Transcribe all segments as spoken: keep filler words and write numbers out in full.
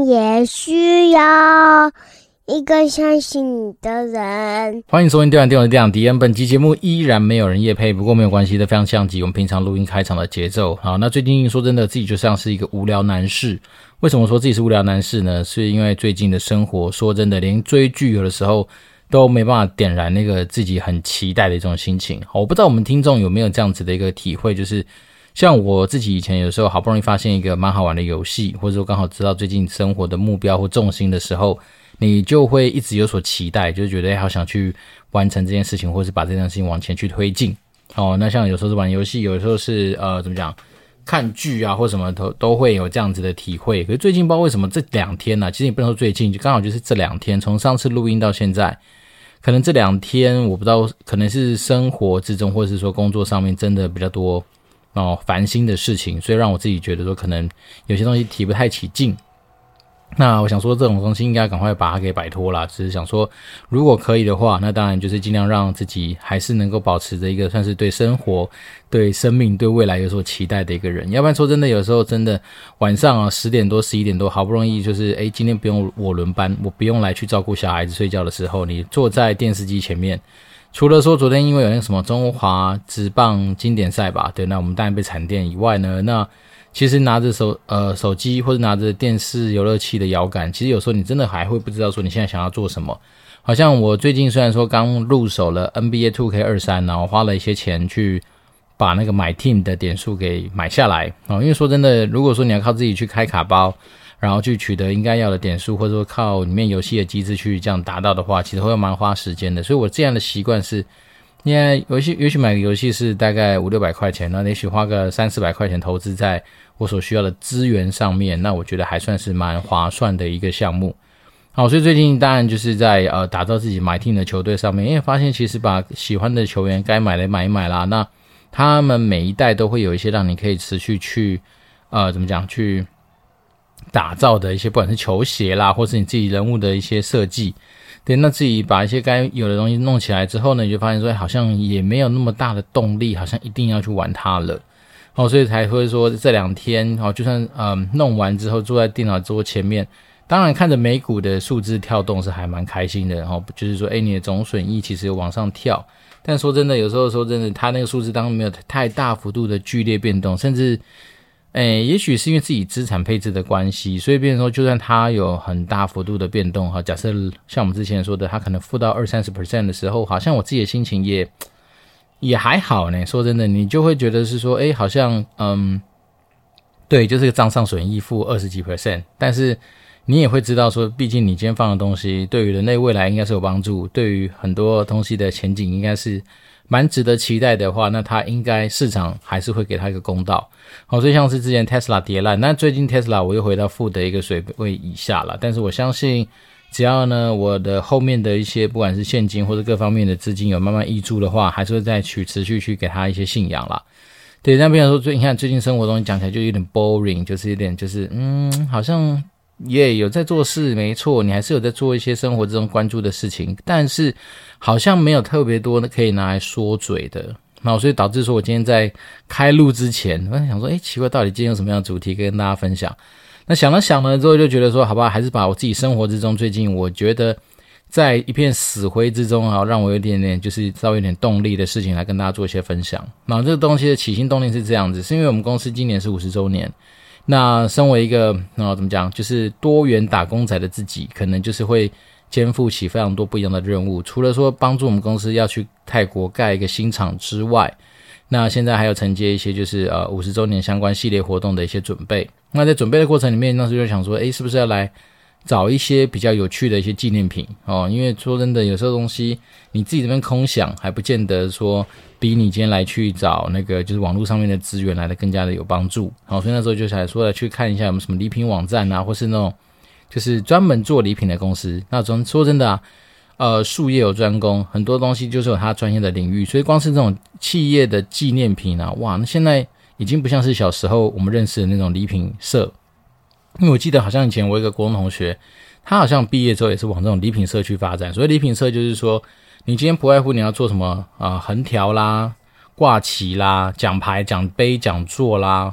也需要一个相信你的人。 欢迎收听电玩电玩的电玩迪恩，本集节目依然没有人业配，不过没有关系的，非常像极我们平常录音开场的节奏。好，那最近说真的，自己就像是一个无聊男士。为什么说自己是无聊男士呢？是因为最近的生活，说真的，连追剧有的时候都没办法点燃那个自己很期待的一种心情。好，我不知道我们听众有没有这样子的一个体会，就是像我自己以前有时候好不容易发现一个蛮好玩的游戏，或者说刚好知道最近生活的目标或重心的时候，你就会一直有所期待，就觉得好想去完成这件事情，或是把这件事情往前去推进。哦，那像有时候是玩游戏，有时候是呃怎么讲，看剧啊或什么都都会有这样子的体会。可是最近不知道为什么这两天啊，其实你不能说最近，就刚好就是这两天，从上次录音到现在，可能这两天我不知道，可能是生活之中或是说工作上面真的比较多哦烦心的事情，所以让我自己觉得说可能有些东西提不太起劲。那我想说这种东西应该赶快把它给摆脱啦，只是想说如果可以的话，那当然就是尽量让自己还是能够保持着一个算是对生活对生命对未来有所期待的一个人。要不然说真的有时候真的晚上啊十点多十一点多好不容易就是诶今天不用我轮班，我不用来去照顾小孩子睡觉的时候，你坐在电视机前面，除了说昨天因为有那个什么中华职棒经典赛吧，对，那我们当然被惨电以外呢，那其实拿着手呃手机或者拿着电视游乐器的摇杆，其实有时候你真的还会不知道说你现在想要做什么。好像我最近虽然说刚入手了 N B A two K 二十三，然后花了一些钱去把那个买 team 的点数给买下来，哦，因为说真的，如果说你要靠自己去开卡包，然后去取得应该要的点数，或者说靠里面游戏的机制去这样达到的话，其实会蛮花时间的。所以我这样的习惯是，因为游戏也许买个游戏是大概五六百块钱，那也许花个三四百块钱投资在我所需要的资源上面，那我觉得还算是蛮划算的一个项目。好，所以最近当然就是在呃打造自己买 team 的球队上面，因为发现其实把喜欢的球员该买的买一买啦，那他们每一代都会有一些让你可以持续去呃怎么讲去打造的一些，不管是球鞋啦，或是你自己人物的一些设计。对，那自己把一些该有的东西弄起来之后呢，你就发现说好像也没有那么大的动力，好像一定要去玩它了。哦，所以才会说这两天哦，就算嗯弄完之后坐在电脑桌前面，当然看着美股的数字跳动是还蛮开心的，然后就是说诶你的总损益其实有往上跳，但说真的有时候说真的它那个数字当然没有太大幅度的剧烈变动，甚至诶也许是因为自己资产配置的关系，所以变成说就算它有很大幅度的变动，假设像我们之前说的它可能负到 百分之二三十 的时候，好像我自己的心情也也还好呢。说真的，你就会觉得是说诶好像嗯对，就是个账上损益负二十几 percent， 但是你也会知道说毕竟你今天放的东西对于人类未来应该是有帮助，对于很多东西的前景应该是蛮值得期待的话，那它应该市场还是会给它一个公道。好，所以像是之前 Tesla 跌烂，那最近 Tesla 我又回到负的一个水位以下了，但是我相信只要呢我的后面的一些不管是现金或者各方面的资金有慢慢挹注的话，还是会再去持续去给它一些信仰啦。对，那比如说最你看最近生活东西讲起来就有点 boring， 就是有点就是嗯好像也、yeah, 有在做事没错，你还是有在做一些生活之中关注的事情，但是好像没有特别多可以拿来说嘴的。那所以导致说我今天在开录之前我想说诶奇怪到底今天有什么样的主题可以跟大家分享，那想了想了之后就觉得说好吧，还是把我自己生活之中最近我觉得在一片死灰之中啊，让我有点点就是稍微有点动力的事情来跟大家做一些分享。那这个东西的起心动念是这样子，是因为我们公司今年是五十周年，那身为一个哦怎么讲就是多元打工仔的自己，可能就是会肩负起非常多不一样的任务，除了说帮助我们公司要去泰国盖一个新厂之外，那现在还有承接一些就是呃五十周年相关系列活动的一些准备。那在准备的过程里面，那时候就想说诶是不是要来找一些比较有趣的一些纪念品哦，因为说真的有时候东西你自己这边空想还不见得说比你今天来去找那个就是网络上面的资源来的更加的有帮助。好，所以那时候就想说来去看一下有没有什么礼品网站啊，或是那种就是专门做礼品的公司。那说真的啊呃，术业有专攻，很多东西就是有它专业的领域，所以光是这种企业的纪念品啊，哇，那现在已经不像是小时候我们认识的那种礼品社。因为我记得好像以前我一个国中同学，他好像毕业之后也是往这种礼品社去发展。所以礼品社就是说你今天不外乎你要做什么啊、呃，横条啦、挂旗啦、奖牌、奖杯、讲座啦，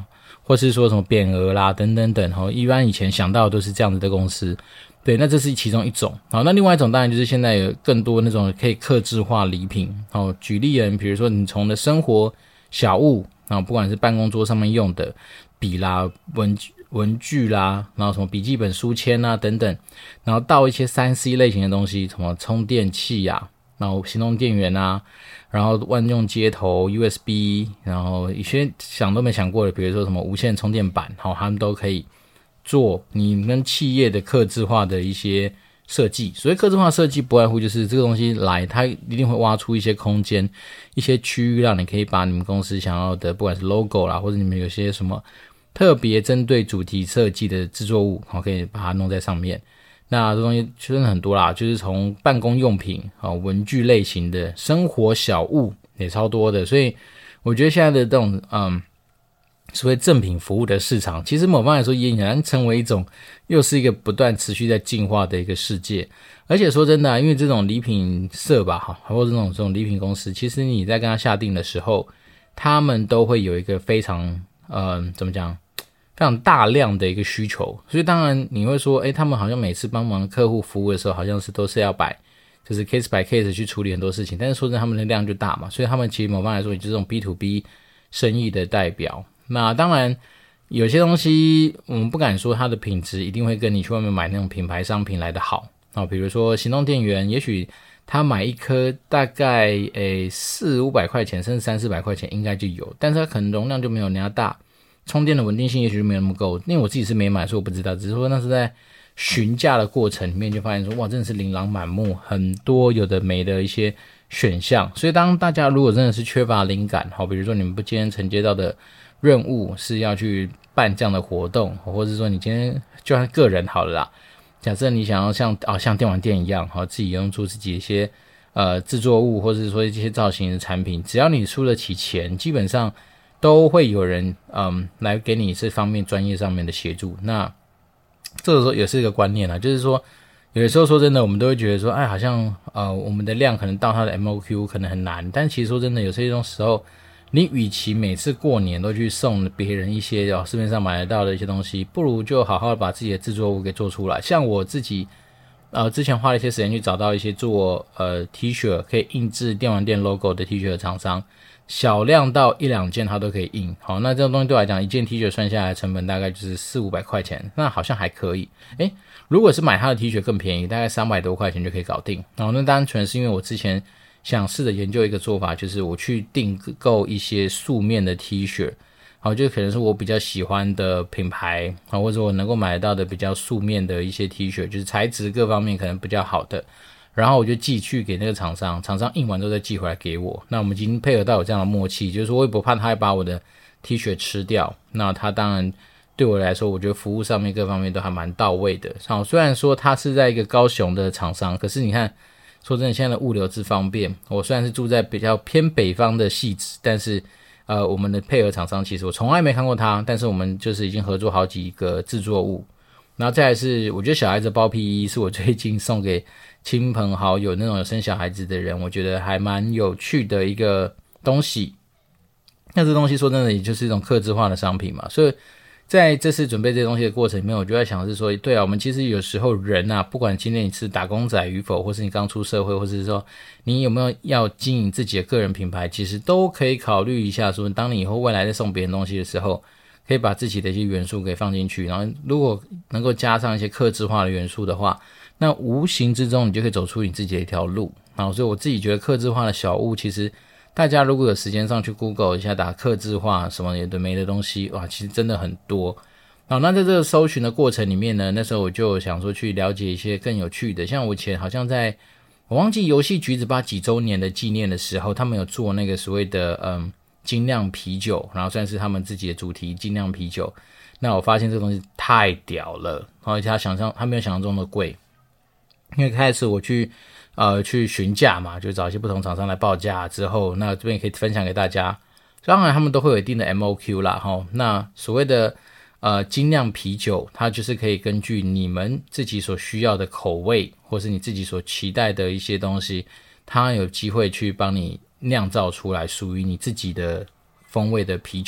或是说什么匾额啦等等等，齁，一般以前想到的都是这样子的公司。对，那这是其中一种。好，那另外一种当然就是现在有更多那种可以客制化礼品。好，举例人，比如说你从的生活小物，然后不管是办公桌上面用的笔啦、文具文具啦，然后什么笔记本、书签啊等等，然后到一些 三 C 类型的东西，什么充电器啊，然后行动电源啊，然后万用接头 U S B， 然后一些想都没想过的，比如说什么无线充电板，好，他们都可以做你们企业的客制化的一些设计。所以客制化设计不外乎就是这个东西来，它一定会挖出一些空间、一些区域，让你可以把你们公司想要的，不管是 logo 啦，或者你们有些什么特别针对主题设计的制作物，好，可以把它弄在上面。那这东西真的很多啦，就是从办公用品、文具类型的生活小物也超多的。所以我觉得现在的这种嗯所谓正品服务的市场，其实某方面来说也俨然成为一种又是一个不断持续在进化的一个世界。而且说真的啊，因为这种礼品社吧，或者这种这种礼品公司，其实你在跟他下定的时候，他们都会有一个非常呃怎么讲非常大量的一个需求。所以当然你会说，诶，他们好像每次帮忙客户服务的时候，好像是都是要摆就是 case by case 去处理很多事情，但是说真的他们的量就大嘛，所以他们其实某方面来说也就是这种 B to B 生意的代表。那当然有些东西我们不敢说它的品质一定会跟你去外面买那种品牌商品来的好。好，比如说行动电源，也许他买一颗大概诶四五百块钱甚至三四百块钱应该就有，但是它可能容量就没有人家大，充电的稳定性也许就没有那么够。因为我自己是没买，所以我不知道，只是说那是在询价的过程里面就发现说，哇，真的是琳琅满目，很多有的没的一些选项。所以当大家如果真的是缺乏灵感，好，比如说你们不今天承接到的任务是要去办这样的活动，或者说你今天就算个人好了啦，假设你想要像哦像电玩店一样，好，自己用出自己一些呃制作物，或者是说一些造型的产品，只要你出得起钱，基本上都会有人嗯来给你这方面专业上面的协助。那这个时候也是一个观念啦，就是说有的时候说真的，我们都会觉得说，哎，好像呃我们的量可能到它的 M O Q 可能很难，但其实说真的，有些种时候你与其每次过年都去送别人一些哦市面上买得到的一些东西，不如就好好的把自己的制作物给做出来。像我自己呃之前花了一些时间去找到一些做呃 T 恤可以印制电玩店 logo 的 T 恤的厂商，小量到一两件它都可以印。好，那这种东西对我来讲，一件 T 恤算下来成本大概就是四五百块钱，那好像还可以。诶，如果是买它的 T 恤更便宜，大概三百多块钱就可以搞定。然后那单纯是因为我之前想试着研究一个做法，就是我去订购一些素面的 T 恤，好，就可能是我比较喜欢的品牌，好，或者我能够买得到的比较素面的一些 T 恤，就是材质各方面可能比较好的，然后我就寄去给那个厂商，厂商印完之后再寄回来给我。那我们已经配合到有这样的默契，就是说我也不怕他会把我的 T 恤吃掉，那他当然对我来说，我觉得服务上面各方面都还蛮到位的。好，虽然说他是在一个高雄的厂商，可是你看说真的，现在的物流之方便，我虽然是住在比较偏北方的汐止，但是呃，我们的配合厂商其实我从来没看过他，但是我们就是已经合作好几个制作物。然后再来是，我觉得小孩子包屁衣是我最近送给亲朋好友那种有生小孩子的人，我觉得还蛮有趣的一个东西。那这东西说真的，也就是一种客制化的商品嘛，所以在这次准备这些东西的过程里面，我就在想的是说，对啊，我们其实有时候人啊，不管今天你是打工仔与否，或是你刚出社会，或者是说你有没有要经营自己的个人品牌，其实都可以考虑一下说，当你以后未来在送别人东西的时候，可以把自己的一些元素给放进去，然后如果能够加上一些客制化的元素的话，那无形之中你就可以走出你自己的一条路。然后所以我自己觉得客制化的小物，其实大家如果有时间上去 Google 一下，打客制化什么有的没的东西，哇，其实真的很多。好，那在这个搜寻的过程里面呢，那时候我就想说去了解一些更有趣的，像我以前好像在我忘记游戏橘子吧几周年的纪念的时候，他们有做那个所谓的嗯精酿啤酒，然后算是他们自己的主题精酿啤酒。那我发现这个东西太屌了，而且他想象他没有想象中的贵，因为开始我去呃去询价嘛，就找一些不同厂商来报价之后，那这边也可以分享给大家。当然他们都会有一定的 M O Q 啦，齁，那所谓的呃精酿啤酒，它就是可以根据你们自己所需要的口味，或是你自己所期待的一些东西，它有机会去帮你酿造出来属于你自己的风味的啤酒。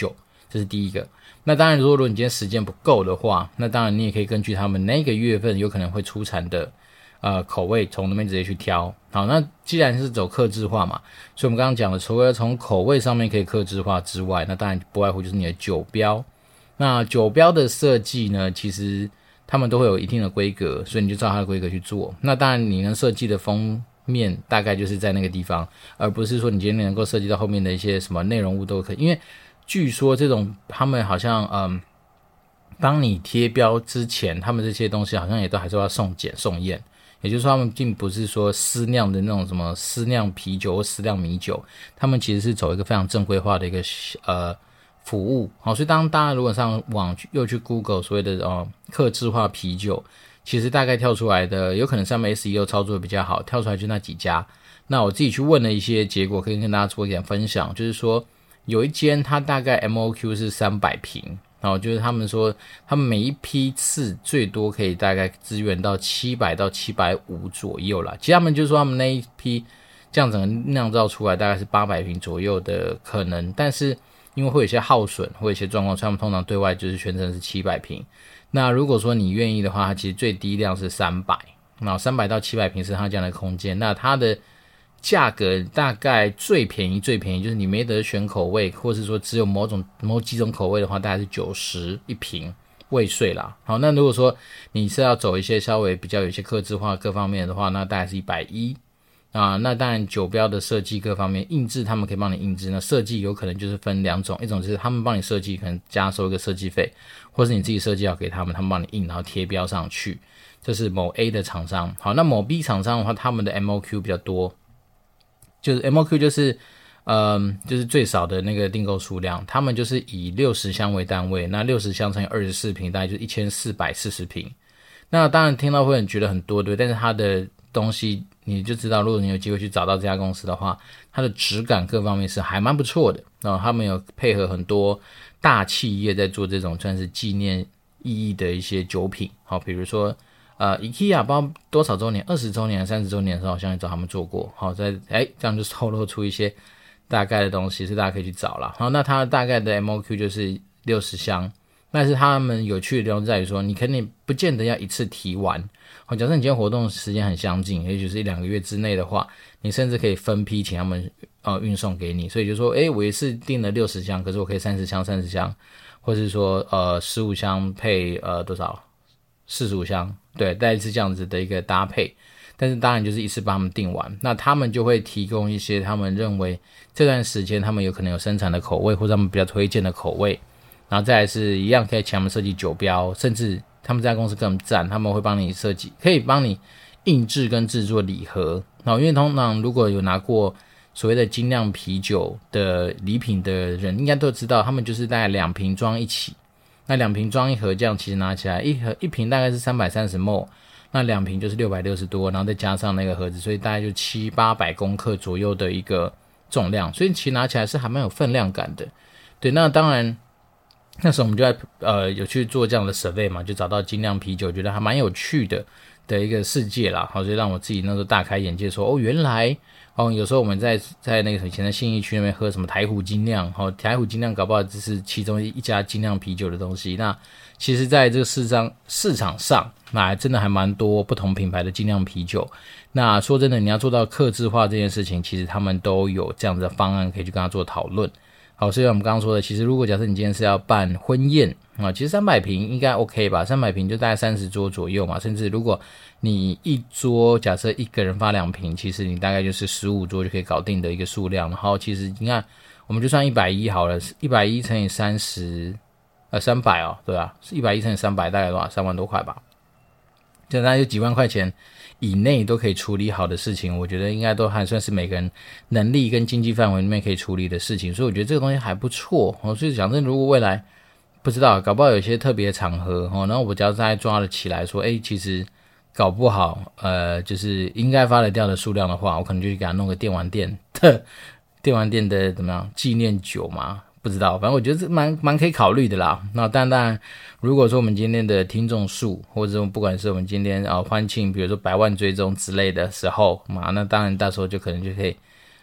这是第一个。那当然如果如果你今天时间不够的话，那当然你也可以根据他们那个月份有可能会出产的呃口味从那边直接去挑。好，那既然是走客制化嘛，所以我们刚刚讲的除了从口味上面可以客制化之外，那当然不外乎就是你的酒标。那酒标的设计呢，其实他们都会有一定的规格，所以你就照它的规格去做。那当然你能设计的封面大概就是在那个地方，而不是说你今天能够设计到后面的一些什么内容物都可以。因为据说这种他们好像嗯，帮你贴标之前，他们这些东西好像也都还是要送检送验，也就是说他们并不是说私酿的那种什么私酿啤酒或私酿米酒，他们其实是走一个非常正规化的一个呃服务。好，所以当大家如果上网又去 Google 所谓的呃客制化啤酒，其实大概跳出来的有可能上面 S E O 操作的比较好，跳出来就那几家。那我自己去问了一些结果，可以跟大家做一点分享，就是说有一间它大概 M O Q 是三百瓶，然后就是他们说他们每一批次最多可以大概支援到七百到七百五十左右啦。其实他们就是说他们那一批这样整个酿造出来大概是八百瓶左右的可能，但是因为会有一些耗损，会有一些状况，所以他们通常对外就是宣称是七百瓶。那如果说你愿意的话，它其实最低量是三百，然后三百到七百瓶是它这样的空间。那它的价格大概最便宜最便宜就是你没得选口味，或是说只有某种某几种口味的话，大概是九十一瓶未税啦。好，那如果说你是要走一些稍微比较有一些客制化各方面的话，那大概是一百一十啊。那当然酒标的设计各方面印制他们可以帮你印制，那设计有可能就是分两种，一种就是他们帮你设计可能加收一个设计费，或是你自己设计要给他们，他们帮你印然后贴标上去，这是某 A 的厂商。好，那某 B 厂商的话，他们的 M O Q 比较多，就是 M O Q 就是嗯，就是最少的那个订购数量，他们就是以六十箱为单位，那六十箱乘以二十四瓶大概就是一千四百四十瓶。那当然听到会很觉得很多，对，但是它的东西你就知道，如果你有机会去找到这家公司的话，它的质感各方面是还蛮不错的。然后他们有配合很多大企业在做这种算是纪念意义的一些酒品。好，比如说呃 IKEA 不知道多少周年，二十周年三十周年的时候好像也找他们做过。好，在诶这样就透露出一些大概的东西，是大家可以去找啦。好，那它大概的 M O Q 就是六十箱。但是他们有趣的地方在于说，你肯定不见得要一次提完。好，假设你今天活动时间很相近，也许是一两个月之内的话，你甚至可以分批请他们呃运送给你。所以就说，诶，我也是订了六十箱，可是我可以三十箱三十箱，或是说呃十五箱配呃多少四十五箱，对，大概是这样子的一个搭配。但是当然就是一次帮他们订完，那他们就会提供一些他们认为这段时间他们有可能有生产的口味，或者他们比较推荐的口味。然后再来是一样可以请他们设计酒标，甚至他们这家公司更赞，他们会帮你设计，可以帮你印制跟制作礼盒。然后因为通常如果有拿过所谓的精酿啤酒的礼品的人应该都知道，他们就是大概两瓶装一起，那两瓶装一盒，这样其实拿起来一盒一瓶大概是三百三十 ml， 那两瓶就是六百六十多，然后再加上那个盒子，所以大概就七八百公克左右的一个重量，所以其实拿起来是还蛮有分量感的。对，那当然那时候我们就在呃有去做这样的 survey 嘛，就找到精酿啤酒，觉得还蛮有趣的的一个世界啦。好，所以让我自己那时候大开眼界说，哦，原来哦有时候我们在在那个以前的信义区那边喝什么台虎精酿，哦台虎精酿搞不好只是其中一家精酿啤酒的东西。那其实在这个市场市场上，那真的还蛮多不同品牌的精酿啤酒。那说真的，你要做到客制化这件事情，其实他们都有这样子的方案可以去跟他做讨论。好，所以我们刚刚说的，其实如果假设你今天是要办婚宴啊，其实三百瓶应该 OK 吧，三百瓶就大概三十桌左右嘛，甚至如果你一桌假设一个人发两瓶，其实你大概就是十五桌就可以搞定的一个数量。然后其实你看，我们就算一百一十好了，一百一十乘以三十呃三百哦，对吧？一百一十乘以三百大概多少？三万多块吧。就大概有几万块钱以内都可以处理好的事情，我觉得应该都还算是每个人能力跟经济范围里面可以处理的事情，所以我觉得这个东西还不错。哦，所以讲真，如果未来不知道，搞不好有一些特别的场合，哦，然后我只要大概抓了起来说，诶，其实搞不好呃就是应该发得掉的数量的话，我可能就去给他弄个电玩店的电玩店的怎么样纪念酒嘛，不知道，反正我觉得这蛮蛮可以考虑的啦。那当然，如果说我们今天的听众数，或者不管是我们今天啊欢庆，比如说百万追踪之类的时候嘛，那当然到时候就可能就可以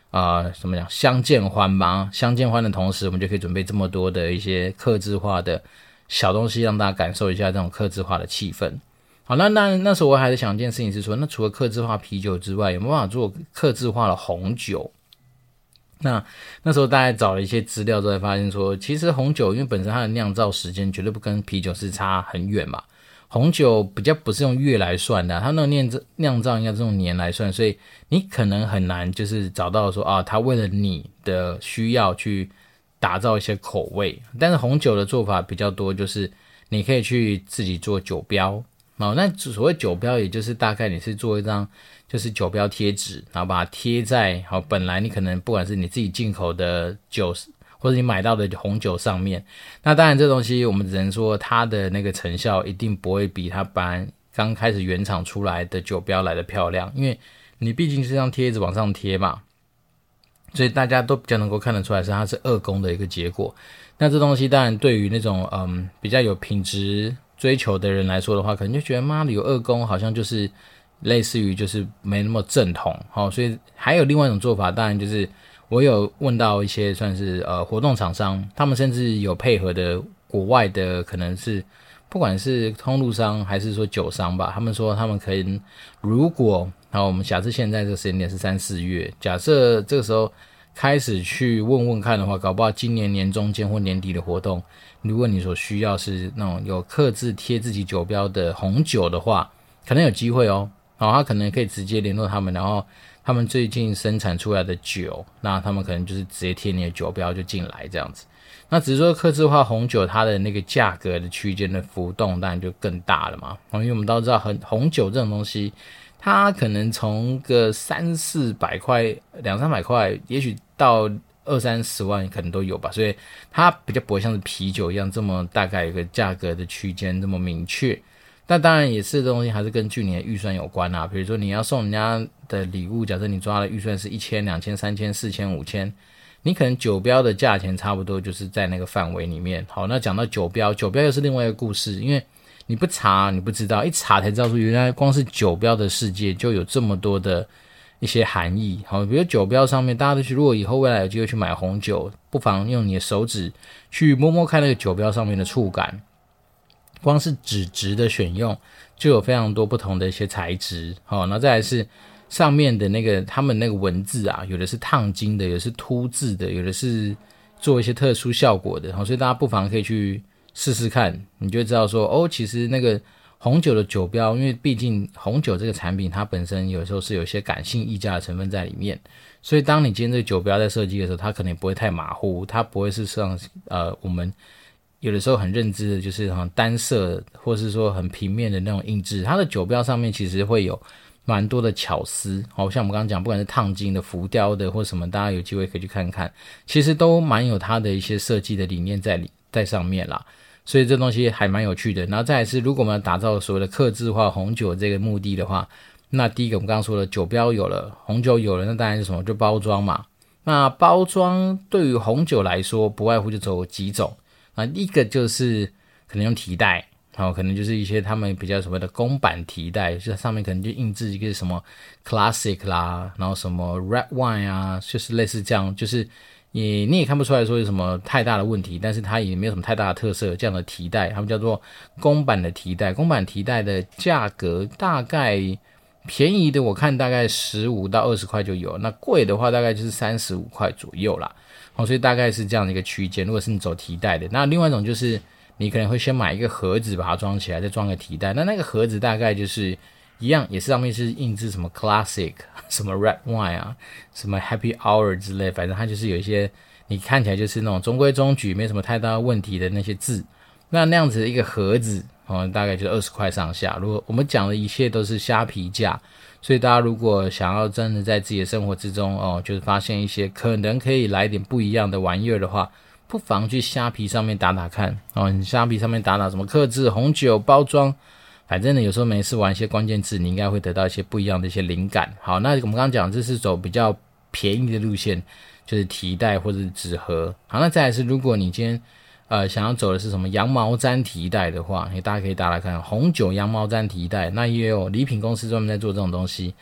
呃，怎么讲相见欢吧？相见欢的同时，我们就可以准备这么多的一些客制化的小东西，让大家感受一下这种客制化的气氛。好，那那那时候我还在想一件事情是说，那除了客制化啤酒之外，有没有办法做客制化的红酒？那那时候大概找了一些资料之后，发现说，其实红酒因为本身它的酿造时间绝对不跟啤酒是差很远嘛。红酒比较不是用月来算的、啊，它那种酿造酿造应该是用年来算，所以你可能很难就是找到说啊，它为了你的需要去打造一些口味。但是红酒的做法比较多，就是你可以去自己做酒标。哦，那所谓酒标，也就是大概你是做一张就是酒标贴纸，然后把它贴在好本来你可能不管是你自己进口的酒，或者你买到的红酒上面。那当然这东西我们只能说它的那个成效一定不会比它本来刚开始原厂出来的酒标来的漂亮，因为你毕竟是这样贴纸往上贴嘛，所以大家都比较能够看得出来是它是二工的一个结果。那这东西当然对于那种嗯比较有品质追求的人来说的话，可能就觉得妈的有二工好像就是类似于就是没那么正统、哦、所以还有另外一种做法，当然就是我有问到一些算是呃活动厂商，他们甚至有配合的国外的可能是不管是通路商还是说酒商吧，他们说他们可以如果好我们假设现在这个时间点是三四月，假设这个时候开始去问问看的话，搞不好今年年中间或年底的活动，如果你所需要是那种有客制贴自己酒标的红酒的话，可能有机会哦。然后他可能可以直接联络他们，然后他们最近生产出来的酒，那他们可能就是直接贴你的酒标就进来这样子。那只是说客制化红酒它的那个价格的区间的浮动当然就更大了嘛，因为我们都知道红酒这种东西它可能从个三四百块两三百块也许到二三十万可能都有吧，所以它比较不会像是啤酒一样这么大概有个价格的区间这么明确。那当然也是这东西还是跟据你的预算有关啊，比如说你要送人家的礼物，假设你抓的预算是一千、两千、三千、四千、五千，你可能酒标的价钱差不多就是在那个范围里面。好，那讲到酒标，酒标又是另外一个故事，因为你不查你不知道，一查才知道说原来光是酒标的世界就有这么多的一些含义。好，比如酒标上面大家都去，如果以后未来有机会去买红酒，不妨用你的手指去摸摸看那个酒标上面的触感，光是纸质的选用就有非常多不同的一些材质。好，那再来是上面的那个他们那个文字啊，有的是烫金的，有的是凸字的，有的是做一些特殊效果的。好，所以大家不妨可以去试试看，你就会知道说哦，其实那个红酒的酒标，因为毕竟红酒这个产品它本身有时候是有一些感性溢价的成分在里面，所以当你今天这个酒标在设计的时候，它可能也不会太马虎，它不会是像呃我们有的时候很认知的就是很单色或是说很平面的那种印制，它的酒标上面其实会有蛮多的巧思。好，像我们刚刚讲不管是烫金的、浮雕的或什么，大家有机会可以去看看，其实都蛮有它的一些设计的理念在里在上面啦，所以这东西还蛮有趣的。然后再来是如果我们要打造所谓的客制化红酒这个目的的话，那第一个我们刚刚说的酒标有了，红酒有了，那当然是什么，就包装嘛。那包装对于红酒来说不外乎就走几种啊，一个就是可能用提袋，然后可能就是一些他们比较所谓的公版提袋，就是上面可能就印制一个什么 classic 啦，然后什么 red wine 啊，就是类似这样，就是也你也看不出来说有什么太大的问题，但是它也没有什么太大的特色，这样的提袋他们叫做公版的提袋。公版提袋的价格大概便宜的我看大概十五到二十块就有，那贵的话大概就是三十五块左右啦。好，所以大概是这样的一个区间，如果是你走提袋的。那另外一种就是你可能会先买一个盒子把它装起来，再装个提袋，那那个盒子大概就是一样，也是上面是印制什么 classic 什么 red wine 啊，什么 happy hour 之类，反正它就是有一些你看起来就是那种中规中矩没什么太大问题的那些字。那那样子的一个盒子、哦、大概就是二十块上下。如果我们讲的一切都是虾皮价，所以大家如果想要真的在自己的生活之中哦，就是发现一些可能可以来点不一样的玩意儿的话，不妨去虾皮上面打打看哦。你虾皮上面打打什么客制红酒包装，反正呢有时候没事玩一些关键字，你应该会得到一些不一样的一些灵感。好，那我们刚刚讲这是走比较便宜的路线，就是提袋或者是纸盒。好，那再来是如果你今天呃想要走的是什么羊毛毡提袋的话，大家可以打打看红酒羊毛毡提袋，那也有礼品公司专门在做这种东西，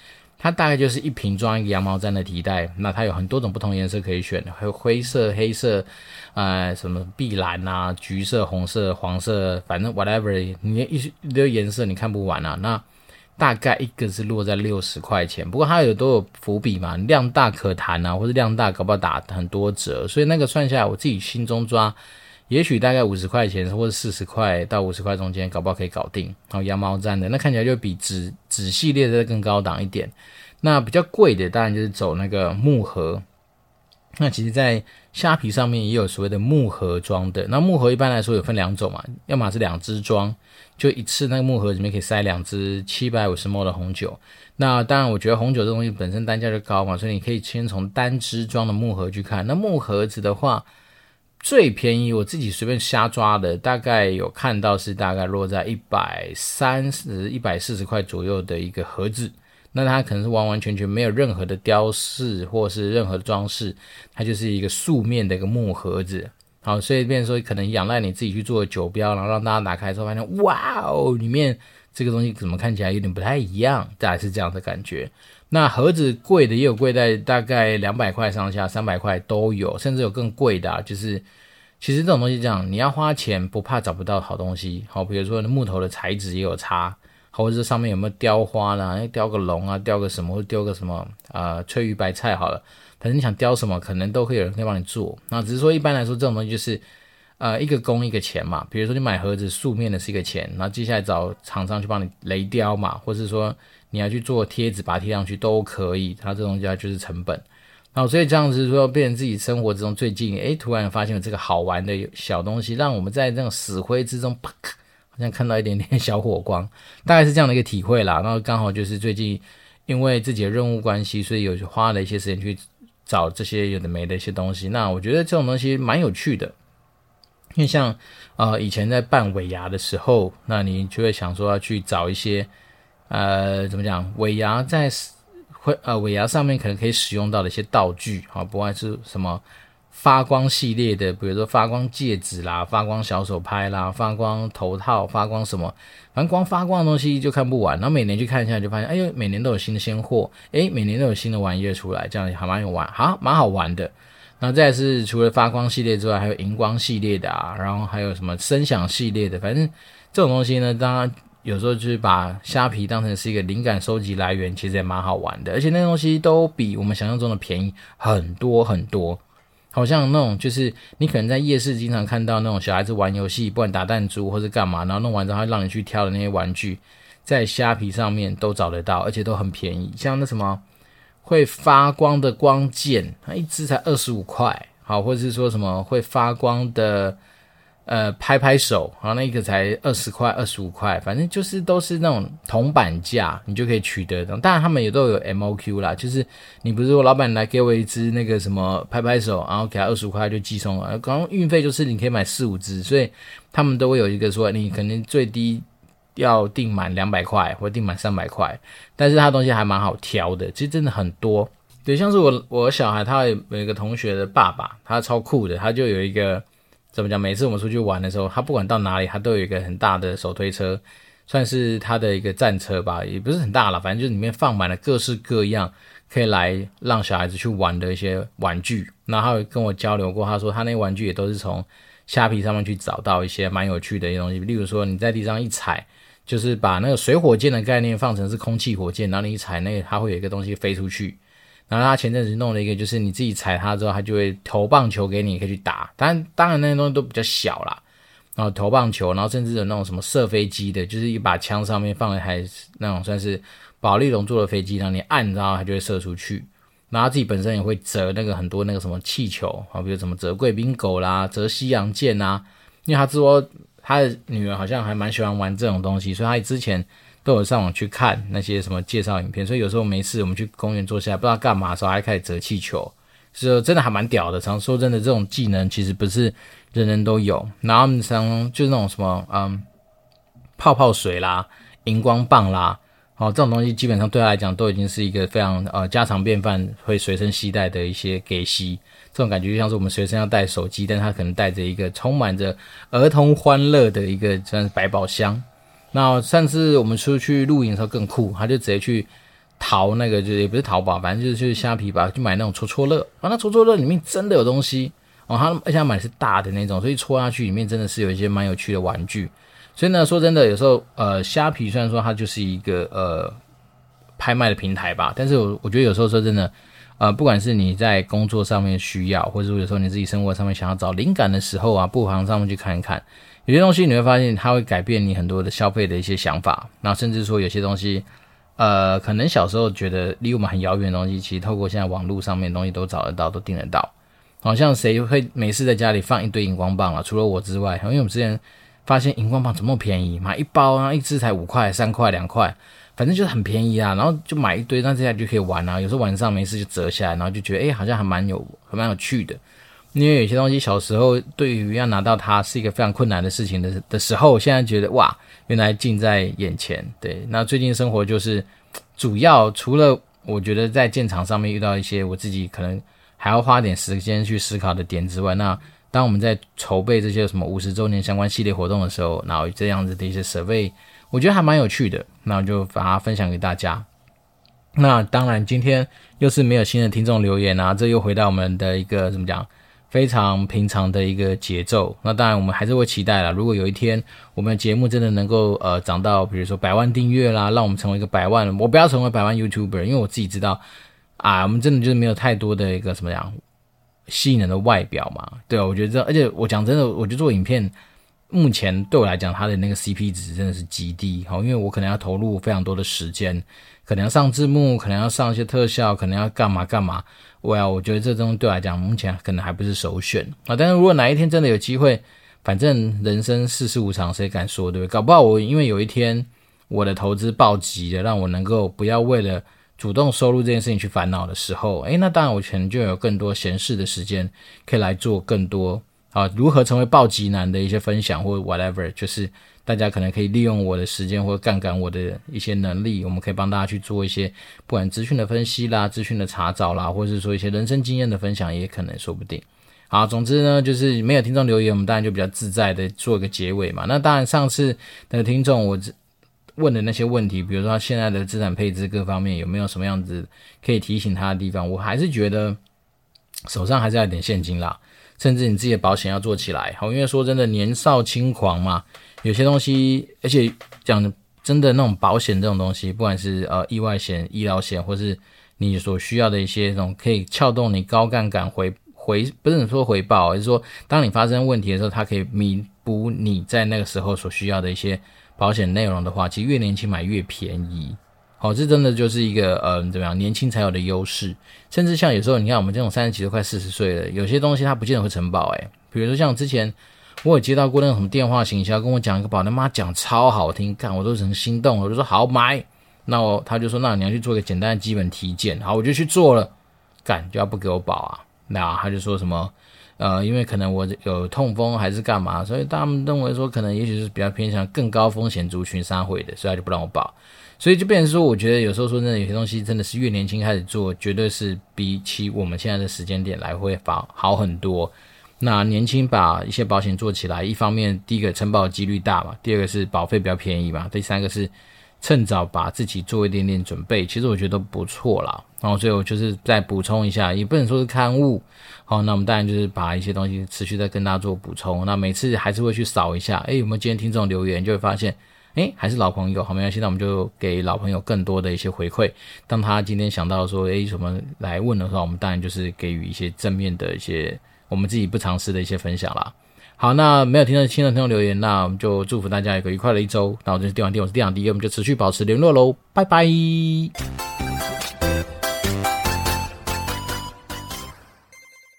它大概就是一瓶装一个羊毛毡的提袋，那它有很多种不同颜色可以选，还有灰色、黑色，呃，什么碧蓝啊、橘色、红色、黄色，反正 whatever， 你一堆颜色你看不完啊。那大概一个是落在六十块钱，不过它有都有伏笔嘛，量大可谈啊，或者量大搞不好打很多折，所以那个算下来，我自己心中抓，也许大概五十块钱或者四十块到五十块中间，搞不好可以搞定。然后羊毛毡的那看起来就比纸纸系列的更高档一点。那比较贵的当然就是走那个木盒，那其实在虾皮上面也有所谓的木盒装的，那木盒一般来说有分两种嘛，要么是两支装，就一次那个木盒里面可以塞两支 七百五十 毫升 的红酒。那当然我觉得红酒这东西本身单价就高嘛，所以你可以先从单支装的木盒去看。那木盒子的话最便宜我自己随便瞎抓的，大概有看到是大概落在一百三十、一百四十块左右的一个盒子。那它可能是完完全全没有任何的雕饰或是任何的装饰，它就是一个素面的一个木盒子。好，所以变成说可能仰赖你自己去做酒标，然后让大家打开之后发现，哇哦，里面这个东西怎么看起来有点不太一样，大概是这样的感觉。那盒子贵的也有贵在大概两百块上下，三百块都有，甚至有更贵的啊，就是其实这种东西这样，你要花钱不怕找不到好东西。好，比如说木头的材质也有差，或者是上面有没有雕花啦，雕个龙啊，雕个什么，或者雕个什么呃翠玉白菜好了，反正你想雕什么，可能都会有人可以帮你做。那只是说一般来说这种东西就是呃一个工一个钱嘛，比如说你买盒子素面的是一个钱，然后接下来找厂商去帮你雷雕嘛，或是说你要去做贴纸把它贴上去都可以，它这东西它就是成本。然后所以这样子说变成自己生活之中最近诶突然发现有这个好玩的小东西，让我们在这种死灰之中啪好像看到一点点小火光，大概是这样的一个体会啦。然后刚好就是最近因为自己的任务关系，所以有花了一些时间去找这些有的没的一些东西。那我觉得这种东西蛮有趣的，因为像呃以前在办尾牙的时候，那你就会想说要去找一些呃怎么讲，尾牙在会呃尾牙上面可能可以使用到的一些道具，好，不管是什么发光系列的，比如说发光戒指啦，发光小手拍啦，发光头套，发光什么，反正光发光的东西就看不完。然后每年去看一下就发现，哎呦，每年都有新的鲜货，哎，每年都有新的玩意出来，这样还蛮有玩，好，蛮好玩的。然后再来是除了发光系列之外，还有荧光系列的啊，然后还有什么声响系列的，反正这种东西呢，当然有时候就是把虾皮当成是一个灵感收集来源，其实也蛮好玩的。而且那些东西都比我们想象中的便宜很多很多。好像那种就是你可能在夜市经常看到那种小孩子玩游戏，不管打弹珠或是干嘛，然后弄完之后他让你去挑的那些玩具，在虾皮上面都找得到，而且都很便宜。像那什么会发光的光剑，它一支才二十五块，好，或者是说什么会发光的呃拍拍手，然后那一个才二十块、二十五块，反正就是都是那种铜板价，你就可以取得的。当然他们也都有 M O Q 啦，就是你不是说老板来给我一支那个什么拍拍手，然后给他二十五块就寄送了，刚运费就是你可以买四五支，所以他们都会有一个说你可能最低要订满两百块或订满三百块，但是他东西还蛮好挑的，其实真的很多。对，像是我我小孩他有一个同学的爸爸，他超酷的，他就有一个怎么讲？每次我们出去玩的时候，他不管到哪里，他都有一个很大的手推车，算是他的一个战车吧，也不是很大啦，反正就是里面放满了各式各样可以来让小孩子去玩的一些玩具。那他有跟我交流过，他说他那些玩具也都是从虾皮上面去找到一些蛮有趣的一些东西，例如说你在地上一踩，就是把那个水火箭的概念放成是空气火箭，然后你一踩那个，它会有一个东西飞出去。然后他前阵子弄了一个，就是你自己踩它之后，它就会投棒球给你，可以去打。当然，当然那些东西都比较小啦。然后投棒球，然后甚至有那种什么射飞机的，就是一把枪上面放了一台那种算是保丽龙做的飞机，然后你按，然后它就会射出去。然后他自己本身也会折那个很多那个什么气球啊，比如什么折贵宾狗啦，折西洋剑啊。因为他说他的女儿好像还蛮喜欢玩这种东西，所以他之前都有上网去看那些什么介绍影片，所以有时候没事我们去公园坐下来不知道干嘛的时候还开始折气球，所以真的还蛮屌的。常说真的这种技能其实不是人人都有。然后常就是那种什么嗯泡泡水啦，荧光棒啦，哦这种东西基本上对他来讲都已经是一个非常呃家常便饭会随身携带的一些给息。这种感觉就像是我们随身要带手机，但是他可能带着一个充满着儿童欢乐的一个算是百宝箱。那上次我们出去露营的时候更酷，他就直接去淘那个，就也不是淘宝，反正就是去虾皮吧，去买那种戳戳乐啊，那戳戳乐里面真的有东西哦，他而且他买的是大的那种，所以戳下去里面真的是有一些蛮有趣的玩具。所以呢，说真的，有时候呃，虾皮虽然说它就是一个呃拍卖的平台吧，但是我我觉得有时候说真的，呃，不管是你在工作上面需要，或者说有时候你自己生活上面想要找灵感的时候啊，不妨上面去看一看。有些东西你会发现它会改变你很多的消费的一些想法，那甚至说有些东西。呃，可能小时候觉得离我们很遥远的东西，其实透过现在网络上面的东西都找得到，都订得到。好像谁会没事在家里放一堆荧光棒啊？除了我之外，因为我们之前发现荧光棒怎么便宜，买一包啊，一支才五块、三块、两块，反正就是很便宜啊。然后就买一堆，那这下就可以玩啊。有时候晚上没事就折下来，然后就觉得，哎，好像还蛮有、还蛮有趣的。因为有些东西小时候对于要拿到它是一个非常困难的事情的的时候，现在觉得哇，原来近在眼前。对，那最近生活就是主要除了我觉得在建厂上面遇到一些我自己可能还要花点时间去思考的点之外，那当我们在筹备这些什么五十周年相关系列活动的时候，然后这样子的一些 survey， 我觉得还蛮有趣的，那我就把它分享给大家。那当然今天又是没有新的听众留言啊，这又回到我们的一个怎么讲非常平常的一个节奏。那当然我们还是会期待啦，如果有一天我们的节目真的能够呃涨到比如说百万订阅啦，让我们成为一个百万，我不要成为百万 YouTuber， 因为我自己知道啊，我们真的就是没有太多的一个什么样吸引人的外表嘛。对啊，我觉得这，而且我讲真的，我觉得做影片目前对我来讲它的那个 C P 值真的是极低，因为我可能要投入非常多的时间，可能要上字幕，可能要上一些特效，可能要干嘛干嘛。我要我觉得这东西对我来讲目前可能还不是首选啊。但是如果哪一天真的有机会，反正人生世事无常，谁敢说，对不对？搞不好我因为有一天我的投资暴击了，让我能够不要为了主动收入这件事情去烦恼的时候，诶，那当然我可能就有更多闲适的时间可以来做更多啊，如何成为暴击男的一些分享或 whatever， 就是大家可能可以利用我的时间或杠杆我的一些能力，我们可以帮大家去做一些不管资讯的分析啦、资讯的查找啦，或者是说一些人生经验的分享，也可能说不定。好，总之呢，就是没有听众留言，我们当然就比较自在的做一个结尾嘛。那当然上次的听众我问的那些问题，比如说他现在的资产配置各方面有没有什么样子可以提醒他的地方，我还是觉得手上还是要有点现金啦，甚至你自己的保险要做起来。好，因为说真的年少轻狂嘛，有些东西，而且讲真的那种保险这种东西，不管是呃意外险、医疗险，或是你所需要的一些那种可以撬动你高杠杆回回不是说回报，而是说当你发生问题的时候，它可以弥补你在那个时候所需要的一些保险内容的话，其实越年轻买越便宜。好，这真的就是一个呃怎么样年轻才有的优势。甚至像有时候你看我们这种三十几都快四十岁了，有些东西它不见得会承保诶，比如说像之前我有接到过那种什么电话行销跟我讲一个保单，妈讲超好听，干我都很心动了，我就说好买。那我他就说那你要去做一个简单的基本体检，好我就去做了，干就要不给我保啊。那他就说什么呃，因为可能我有痛风还是干嘛，所以他们认为说可能也许是比较偏向更高风险族群杀回的，所以他就不让我保。所以就变成说，我觉得有时候说真的，有些东西真的是越年轻开始做，绝对是比起我们现在的时间点来会好很多。那年轻把一些保险做起来，一方面第一个承保的几率大嘛，第二个是保费比较便宜嘛，第三个是趁早把自己做一点点准备，其实我觉得都不错啦。然后所以我就是再补充一下，也不能说是刊物。好，那我们当然就是把一些东西持续再跟大家做补充。那每次还是会去扫一下，诶有没有今天听众留言，就会发现诶还是老朋友，好，没关系，那我们就给老朋友更多的一些回馈。当他今天想到说诶什么来问的话，我们当然就是给予一些正面的一些我们自己不尝试的一些分享啦。好，那没有听到新的听众留言，那我们就祝福大家有个愉快的一周。那我这是电玩店，我是电玩第一，我们就持续保持联络咯，拜拜。